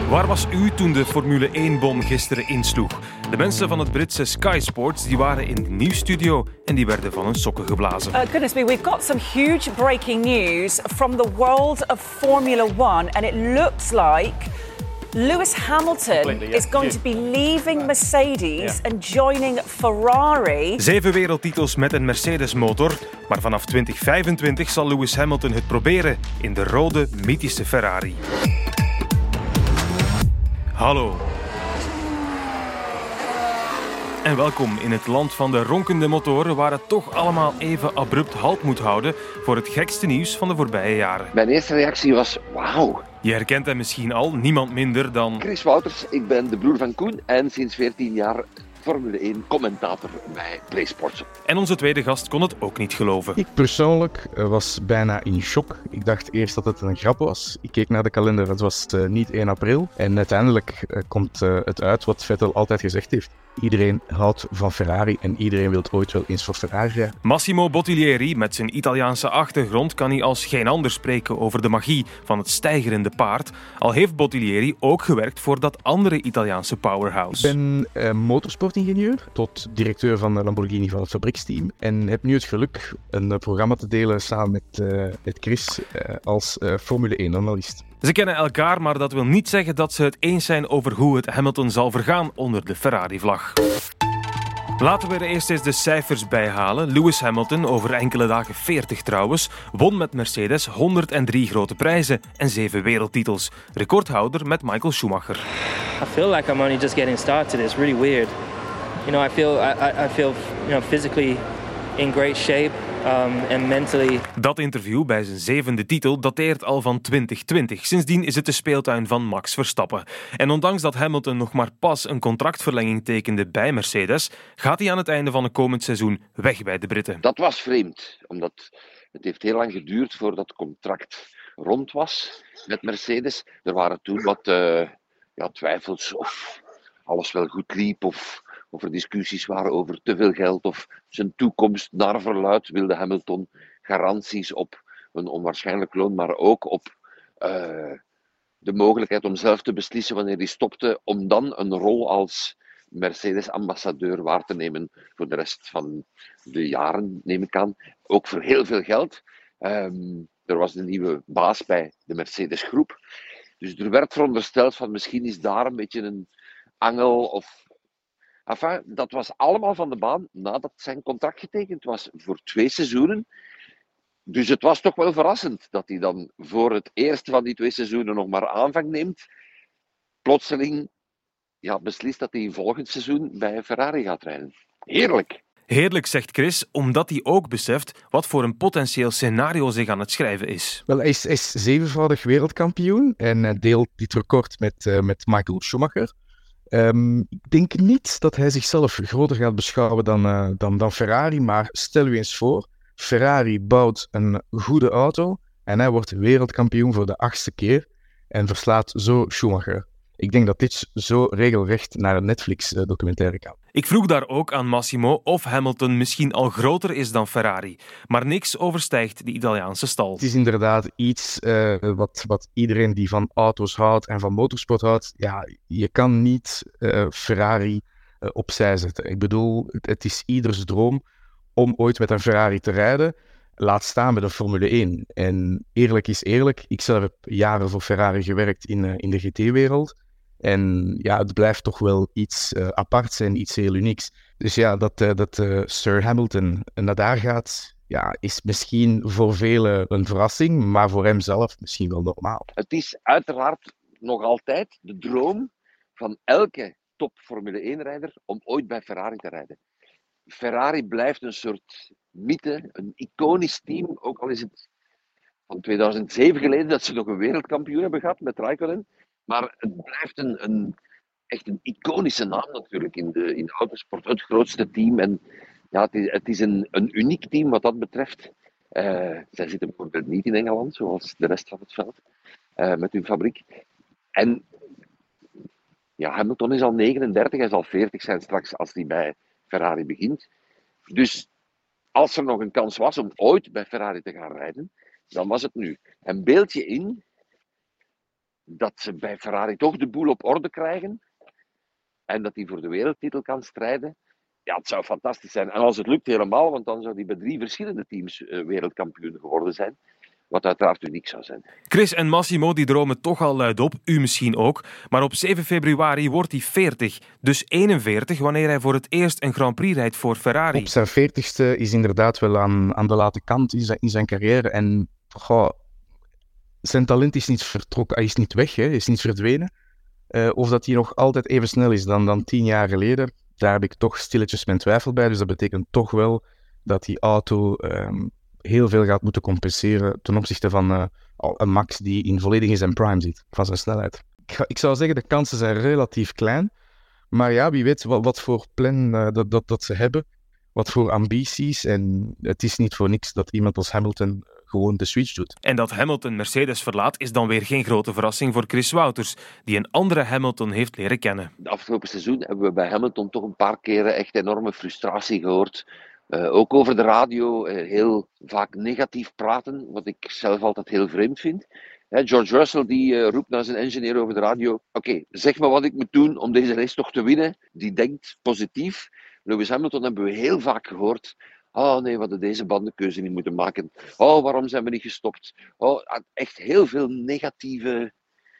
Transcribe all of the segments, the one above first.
Waar was u toen de Formule 1-bom gisteren insloeg? De mensen van het Britse Sky Sports die waren in de nieuwsstudio en die werden van hun sokken geblazen. Goodness me, we've got some huge breaking news from the world of Formula 1 and it looks like Lewis Hamilton is going to be leaving Mercedes and joining Ferrari. 7 wereldtitels met een Mercedes-motor, maar vanaf 2025 zal Lewis Hamilton het proberen in de rode, mythische Ferrari. Hallo. En welkom in het land van de ronkende motoren, waar het toch allemaal even abrupt halt moet houden voor het gekste nieuws van de voorbije jaren. Mijn eerste reactie was, wauw. Je herkent hem misschien al, niemand minder dan Chris Wouters, ik ben de broer van Koen en sinds 14 jaar Formule 1 commentator bij PlaySports. En onze tweede gast kon het ook niet geloven. Ik persoonlijk was bijna in shock. Ik dacht eerst dat het een grap was. Ik keek naar de kalender, het was niet 1 april. En uiteindelijk komt het uit wat Vettel altijd gezegd heeft. Iedereen houdt van Ferrari en iedereen wil ooit wel eens voor Ferrari rijden. Massimo Bottiglieri, met zijn Italiaanse achtergrond, kan hij als geen ander spreken over de magie van het steigerende paard. Al heeft Bottiglieri ook gewerkt voor dat andere Italiaanse powerhouse. Ik ben motorsportingenieur tot directeur van Lamborghini van het fabrieksteam. En heb nu het geluk een programma te delen samen met Chris als Formule 1-analyst. Ze kennen elkaar, maar dat wil niet zeggen dat ze het eens zijn over hoe het Hamilton zal vergaan onder de Ferrari-vlag. Laten we er eerst eens de cijfers bijhalen. Lewis Hamilton, over enkele dagen 40 trouwens, won met Mercedes 103 grote prijzen en 7 wereldtitels. Recordhouder met Michael Schumacher. I feel like I'm only just getting started. It's really weird. You know, I feel physically in great shape. And mentally. Dat interview bij zijn 7e titel dateert al van 2020. Sindsdien is het de speeltuin van Max Verstappen. En ondanks dat Hamilton nog maar pas een contractverlenging tekende bij Mercedes, gaat hij aan het einde van het komend seizoen weg bij de Britten. Dat was vreemd, omdat het heeft heel lang geduurd voordat het contract rond was met Mercedes. Er waren toen wat twijfels of alles wel goed liep of er discussies waren over te veel geld of zijn toekomst. Naar verluidt wilde Hamilton garanties op een onwaarschijnlijk loon, maar ook op de mogelijkheid om zelf te beslissen wanneer hij stopte, om dan een rol als Mercedes-ambassadeur waar te nemen voor de rest van de jaren, neem ik aan. Ook voor heel veel geld. Er was de nieuwe baas bij de Mercedes-groep. Dus er werd verondersteld van misschien is daar een beetje een angel of... Enfin, dat was allemaal van de baan nadat zijn contract getekend was voor 2 seizoenen. Dus het was toch wel verrassend dat hij dan voor het eerste van die 2 seizoenen nog maar aanvang neemt. Plotseling beslist dat hij volgend seizoen bij Ferrari gaat rijden. Heerlijk! Heerlijk, zegt Chris, omdat hij ook beseft wat voor een potentieel scenario zich aan het schrijven is. Wel, hij is 7-voudig wereldkampioen en deelt dit record met Michael Schumacher. Ik denk niet dat hij zichzelf groter gaat beschouwen dan Ferrari, maar stel u eens voor, Ferrari bouwt een goede auto en hij wordt wereldkampioen voor de 8e keer en verslaat zo Schumacher. Ik denk dat dit zo regelrecht naar een Netflix-documentaire kan. Ik vroeg daar ook aan Massimo of Hamilton misschien al groter is dan Ferrari, maar niks overstijgt de Italiaanse stal. Het is inderdaad iets wat iedereen die van auto's houdt en van motorsport houdt, je kan niet Ferrari opzij zetten. Ik bedoel, het is ieders droom om ooit met een Ferrari te rijden, laat staan met een Formule 1. En eerlijk is eerlijk, ik zelf heb jaren voor Ferrari gewerkt in de GT-wereld. En het blijft toch wel iets aparts en iets heel unieks. Dus dat Sir Hamilton naar daar gaat, is misschien voor velen een verrassing, maar voor hemzelf misschien wel normaal. Het is uiteraard nog altijd de droom van elke top Formule 1-rijder om ooit bij Ferrari te rijden. Ferrari blijft een soort mythe, een iconisch team, ook al is het van 2007 geleden dat ze nog een wereldkampioen hebben gehad met Raikkonen. Maar het blijft echt een iconische naam natuurlijk in de autosport. Het grootste team. En het is een uniek team wat dat betreft. Zij zitten bijvoorbeeld niet in Engeland, zoals de rest van het veld, met hun fabriek. En Hamilton is al 39, hij zal 40 zijn straks als hij bij Ferrari begint. Dus als er nog een kans was om ooit bij Ferrari te gaan rijden, dan was het nu. En beeld je in dat ze bij Ferrari toch de boel op orde krijgen en dat hij voor de wereldtitel kan strijden. Ja, het zou fantastisch zijn. En als het lukt helemaal, want dan zou hij bij 3 verschillende teams wereldkampioen geworden zijn. Wat uiteraard uniek zou zijn. Chris en Massimo die dromen toch al luid op, u misschien ook. Maar op 7 februari wordt hij 40, dus 41 wanneer hij voor het eerst een Grand Prix rijdt voor Ferrari. Op zijn 40ste is inderdaad wel aan de late kant in zijn carrière. En zijn talent is niet vertrokken, hij is niet weg, hij is niet verdwenen. Of dat hij nog altijd even snel is dan 10 jaar geleden, daar heb ik toch stilletjes mijn twijfel bij. Dus dat betekent toch wel dat die auto heel veel gaat moeten compenseren ten opzichte van een Max die volledig in zijn prime zit, van zijn snelheid. Ik zou zeggen, de kansen zijn relatief klein. Maar ja, wie weet wat voor plan dat ze hebben. Wat voor ambities. En het is niet voor niks dat iemand als Hamilton gewoon de switch doet. En dat Hamilton Mercedes verlaat is dan weer geen grote verrassing voor Chris Wouters, die een andere Hamilton heeft leren kennen. Het afgelopen seizoen hebben we bij Hamilton toch een paar keren echt enorme frustratie gehoord. Ook over de radio heel vaak negatief praten, wat ik zelf altijd heel vreemd vind. George Russell die roept naar zijn engineer over de radio: Oké, zeg maar wat ik moet doen om deze race toch te winnen. Die denkt positief. Lewis Hamilton hebben we heel vaak gehoord: oh nee, we hadden deze bandenkeuze niet moeten maken. Oh, waarom zijn we niet gestopt? Oh, echt heel veel negatieve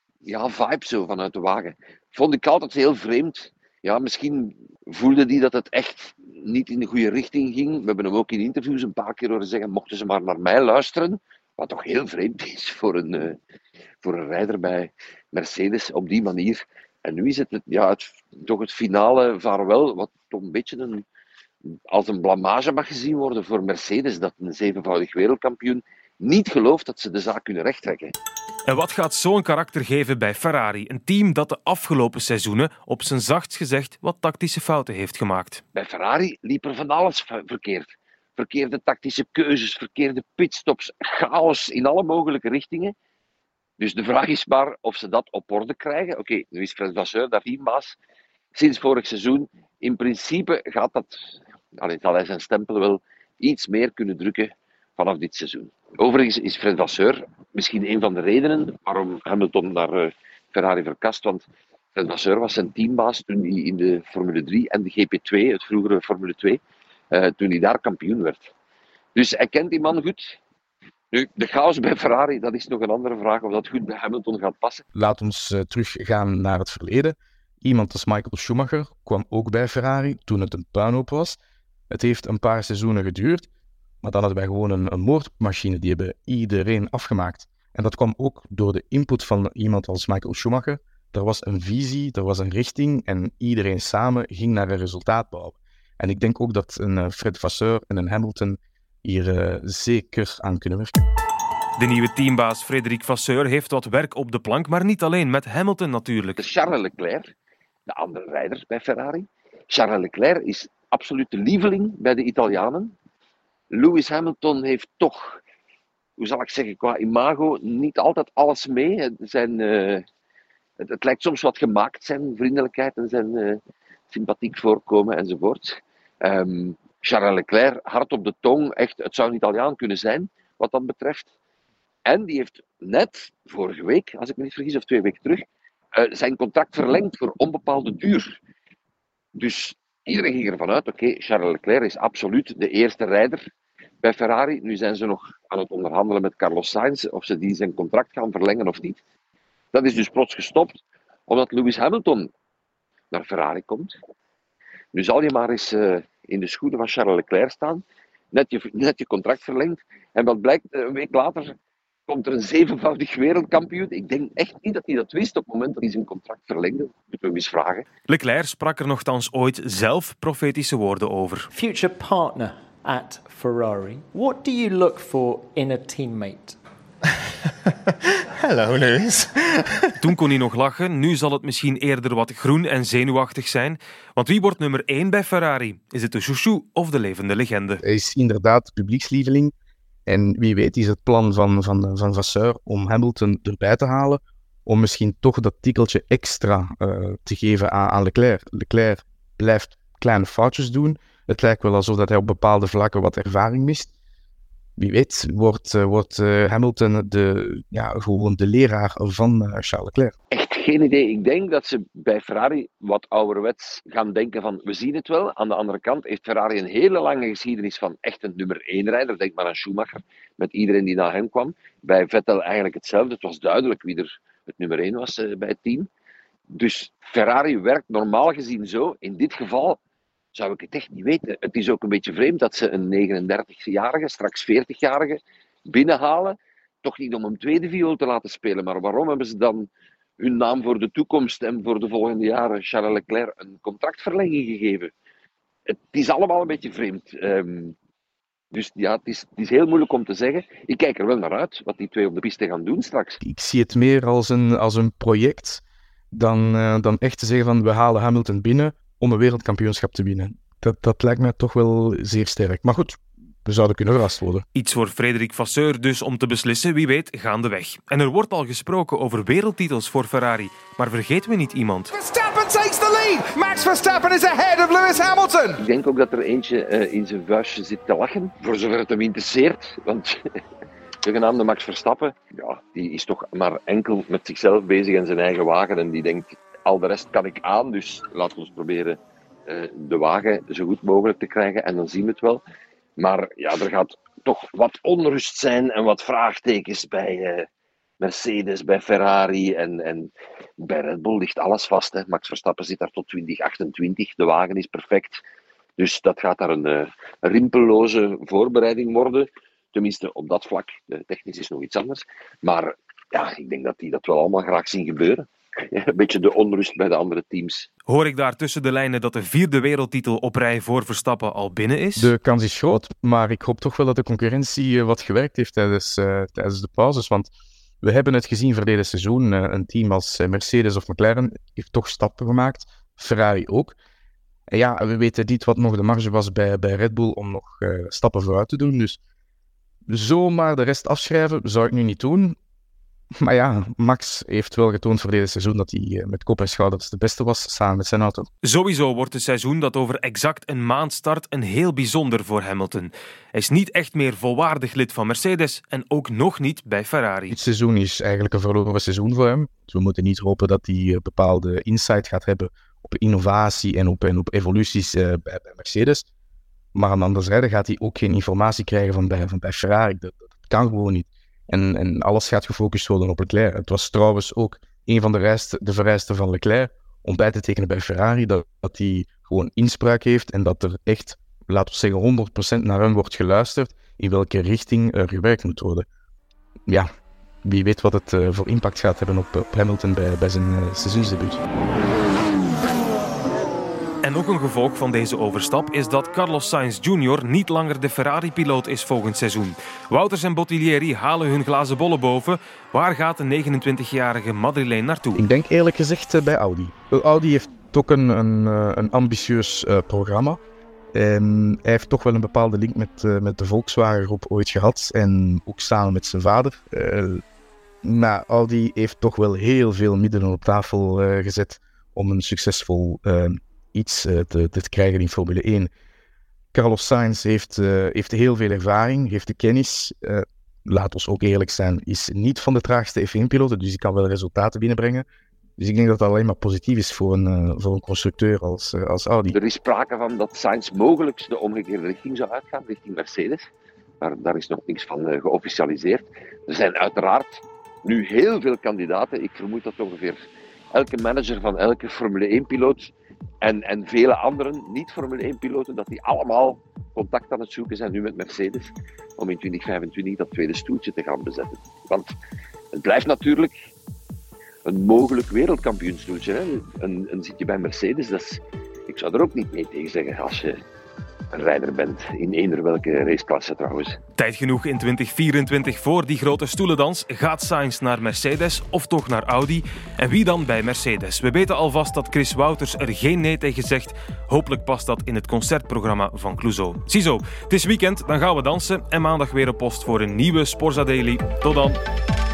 vibes zo vanuit de wagen. Vond ik altijd heel vreemd. Ja, misschien voelde die dat het echt niet in de goede richting ging. We hebben hem ook in interviews een paar keer horen zeggen: mochten ze maar naar mij luisteren. Wat toch heel vreemd is voor een rijder bij Mercedes op die manier. En nu is het toch het finale vaarwel, wat toch een beetje als een blamage mag gezien worden voor Mercedes, dat een 7-voudig wereldkampioen niet gelooft dat ze de zaak kunnen rechttrekken. En wat gaat zo'n karakter geven bij Ferrari? Een team dat de afgelopen seizoenen op zijn zachtst gezegd wat tactische fouten heeft gemaakt. Bij Ferrari liep er van alles verkeerd. Verkeerde tactische keuzes, verkeerde pitstops, chaos in alle mogelijke richtingen. Dus de vraag is maar of ze dat op orde krijgen. Oké, nu is Fred Vasseur daar teambaas sinds vorig seizoen. In principe zal hij zijn stempel wel iets meer kunnen drukken vanaf dit seizoen. Overigens is Fred Vasseur misschien een van de redenen waarom Hamilton naar Ferrari verkast. Want Fred Vasseur was zijn teambaas toen hij in de Formule 3 en de GP2, het vroegere Formule 2, toen hij daar kampioen werd. Dus hij kent die man goed. Nu, de chaos bij Ferrari, dat is nog een andere vraag of dat goed bij Hamilton gaat passen. Laat ons teruggaan naar het verleden. Iemand als Michael Schumacher kwam ook bij Ferrari toen het een puinhoop was. Het heeft een paar seizoenen geduurd, maar dan hadden wij gewoon een moordmachine. Die hebben iedereen afgemaakt. En dat kwam ook door de input van iemand als Michael Schumacher. Er was een visie, er was een richting en iedereen samen ging naar een resultaat bouwen. En ik denk ook dat een Fred Vasseur en een Hamilton hier zeker aan kunnen werken. De nieuwe teambaas Frederik Vasseur heeft wat werk op de plank, maar niet alleen, met Hamilton natuurlijk. Charles Leclerc, de andere rijder bij Ferrari. Charles Leclerc is absoluut de lieveling bij de Italianen. Lewis Hamilton heeft toch, hoe zal ik zeggen, qua imago niet altijd alles mee. Het lijkt soms wat gemaakt, zijn vriendelijkheid en zijn sympathiek voorkomen enzovoort. Charles Leclerc, hard op de tong, echt, het zou een Italiaan kunnen zijn, wat dat betreft. En die heeft net, vorige week, als ik me niet vergis, of 2 weken terug, zijn contract verlengd voor onbepaalde duur. Dus iedereen ging ervan uit, oké, Charles Leclerc is absoluut de eerste rijder bij Ferrari. Nu zijn ze nog aan het onderhandelen met Carlos Sainz, of ze die zijn contract gaan verlengen of niet. Dat is dus plots gestopt, omdat Lewis Hamilton naar Ferrari komt. Nu zal je maar eens in de schoenen van Charles Leclerc staan, net je contract verlengd, en wat blijkt, een week later komt er een 7-voudig wereldkampioen. Ik denk echt niet dat hij dat wist op het moment dat hij zijn contract verlengde. Moeten we hem eens vragen. Leclerc sprak er nogthans ooit zelf profetische woorden over. Future partner at Ferrari. What do you look for in a teammate? Hello, Lewis. Toen kon hij nog lachen, nu zal het misschien eerder wat groen en zenuwachtig zijn. Want wie wordt nummer 1 bij Ferrari? Is het de chouchou of de levende legende? Hij is inderdaad publiekslieveling. En wie weet is het plan van Vasseur om Hamilton erbij te halen, om misschien toch dat tikkeltje extra te geven aan Leclerc. Leclerc blijft kleine foutjes doen. Het lijkt wel alsof hij op bepaalde vlakken wat ervaring mist. wie weet wordt Hamilton gewoon de leraar van Charles Leclerc. Echt geen idee. Ik denk dat ze bij Ferrari wat ouderwets gaan denken van we zien het wel. Aan de andere kant heeft Ferrari een hele lange geschiedenis van echt een nummer 1 rijder. Denk maar aan Schumacher, met iedereen die na hem kwam. Bij Vettel eigenlijk hetzelfde. Het was duidelijk wie er het nummer 1 was bij het team. Dus Ferrari werkt normaal gezien zo. In dit geval zou ik het echt niet weten. Het is ook een beetje vreemd dat ze een 39-jarige, straks 40-jarige binnenhalen. Toch niet om hem tweede viool te laten spelen. Maar waarom hebben ze dan hun naam voor de toekomst en voor de volgende jaren, Charles Leclerc, een contractverlenging gegeven? Het is allemaal een beetje vreemd. Dus ja, het is heel moeilijk om te zeggen. Ik kijk er wel naar uit wat die twee op de piste gaan doen straks. Ik zie het meer als een project dan echt te zeggen van we halen Hamilton binnen om een wereldkampioenschap te winnen. Dat lijkt mij toch wel zeer sterk. Maar goed, we zouden kunnen verrast worden. Iets voor Frederik Vasseur dus om te beslissen, wie weet, gaandeweg. En er wordt al gesproken over wereldtitels voor Ferrari. Maar vergeten we niet iemand. Verstappen takes the lead. Max Verstappen is ahead of Lewis Hamilton. Ik denk ook dat er eentje in zijn vuistje zit te lachen. Voor zover het hem interesseert. Want de genaamde Max Verstappen, ja, die is toch maar enkel met zichzelf bezig en zijn eigen wagen. En die denkt, al de rest kan ik aan. Dus laten we ons proberen de wagen zo goed mogelijk te krijgen. En dan zien we het wel. Maar ja, er gaat toch wat onrust zijn en wat vraagtekens bij Mercedes, bij Ferrari en bij Red Bull ligt alles vast. Hè. Max Verstappen zit daar tot 2028, de wagen is perfect. Dus dat gaat daar een rimpelloze voorbereiding worden. Tenminste, op dat vlak. Technisch is nog iets anders. Maar ja, ik denk dat die dat wel allemaal graag zien gebeuren. Een beetje de onrust bij de andere teams. Hoor ik daar tussen de lijnen dat de 4e wereldtitel op rij voor Verstappen al binnen is? De kans is groot, maar ik hoop toch wel dat de concurrentie wat gewerkt heeft tijdens de pauzes. Want we hebben het gezien verleden seizoen. Een team als Mercedes of McLaren heeft toch stappen gemaakt. Ferrari ook. En ja, we weten niet wat nog de marge was bij Red Bull om nog stappen vooruit te doen. Dus zomaar de rest afschrijven zou ik nu niet doen. Maar ja, Max heeft wel getoond verleden seizoen dat hij met kop en schouders de beste was, samen met zijn auto. Sowieso wordt het seizoen dat over exact een maand start een heel bijzonder voor Hamilton. Hij is niet echt meer volwaardig lid van Mercedes en ook nog niet bij Ferrari. Dit seizoen is eigenlijk een verloren seizoen voor hem. Dus we moeten niet hopen dat hij bepaalde insight gaat hebben op innovatie en op evoluties bij Mercedes. Maar aan de andere zijde gaat hij ook geen informatie krijgen van bij Ferrari. Dat kan gewoon niet. En alles gaat gefocust worden op Leclerc. Het was trouwens ook een van de vereisten van Leclerc om bij te tekenen bij Ferrari, dat hij gewoon inspraak heeft en dat er echt, laten we zeggen, 100% naar hem wordt geluisterd in welke richting er gewerkt moet worden. Ja, wie weet wat het voor impact gaat hebben op Hamilton bij zijn seizoensdebuut. En ook een gevolg van deze overstap is dat Carlos Sainz Jr. niet langer de Ferrari-piloot is volgend seizoen. Wouters en Bottiglieri halen hun glazen bollen boven. Waar gaat de 29-jarige Madrileen naartoe? Ik denk eerlijk gezegd bij Audi. Audi heeft ook een ambitieus programma. Hij heeft toch wel een bepaalde link met de Volkswagen-groep ooit gehad. En ook samen met zijn vader. Maar Audi heeft toch wel heel veel middelen op tafel gezet om een succesvol iets te krijgen in Formule 1. Carlos Sainz heeft heel veel ervaring, heeft de kennis. Laat ons ook eerlijk zijn, is niet van de traagste F1-piloten, dus die kan wel resultaten binnenbrengen. Dus ik denk dat het alleen maar positief is voor een constructeur als Audi. Er is sprake van dat Sainz mogelijk de omgekeerde richting zou uitgaan, richting Mercedes. Maar daar is nog niks van geofficialiseerd. Er zijn uiteraard nu heel veel kandidaten. Ik vermoed dat ongeveer elke manager van elke Formule 1-piloot en vele anderen niet-Formule 1-piloten, dat die allemaal contact aan het zoeken zijn nu met Mercedes om in 2025 dat tweede stoeltje te gaan bezetten. Want het blijft natuurlijk een mogelijk wereldkampioenstoeltje. Hè? Een zitje bij Mercedes, ik zou er ook niet mee tegen zeggen als je een rijder bent, in eender welke raceklasse trouwens. Tijd genoeg in 2024 voor die grote stoelendans. Gaat Sainz naar Mercedes of toch naar Audi? En wie dan bij Mercedes? We weten alvast dat Chris Wouters er geen nee tegen zegt. Hopelijk past dat in het concertprogramma van Clouseau. Ziezo, het is weekend, dan gaan we dansen en maandag weer op post voor een nieuwe Sporza Daily. Tot dan!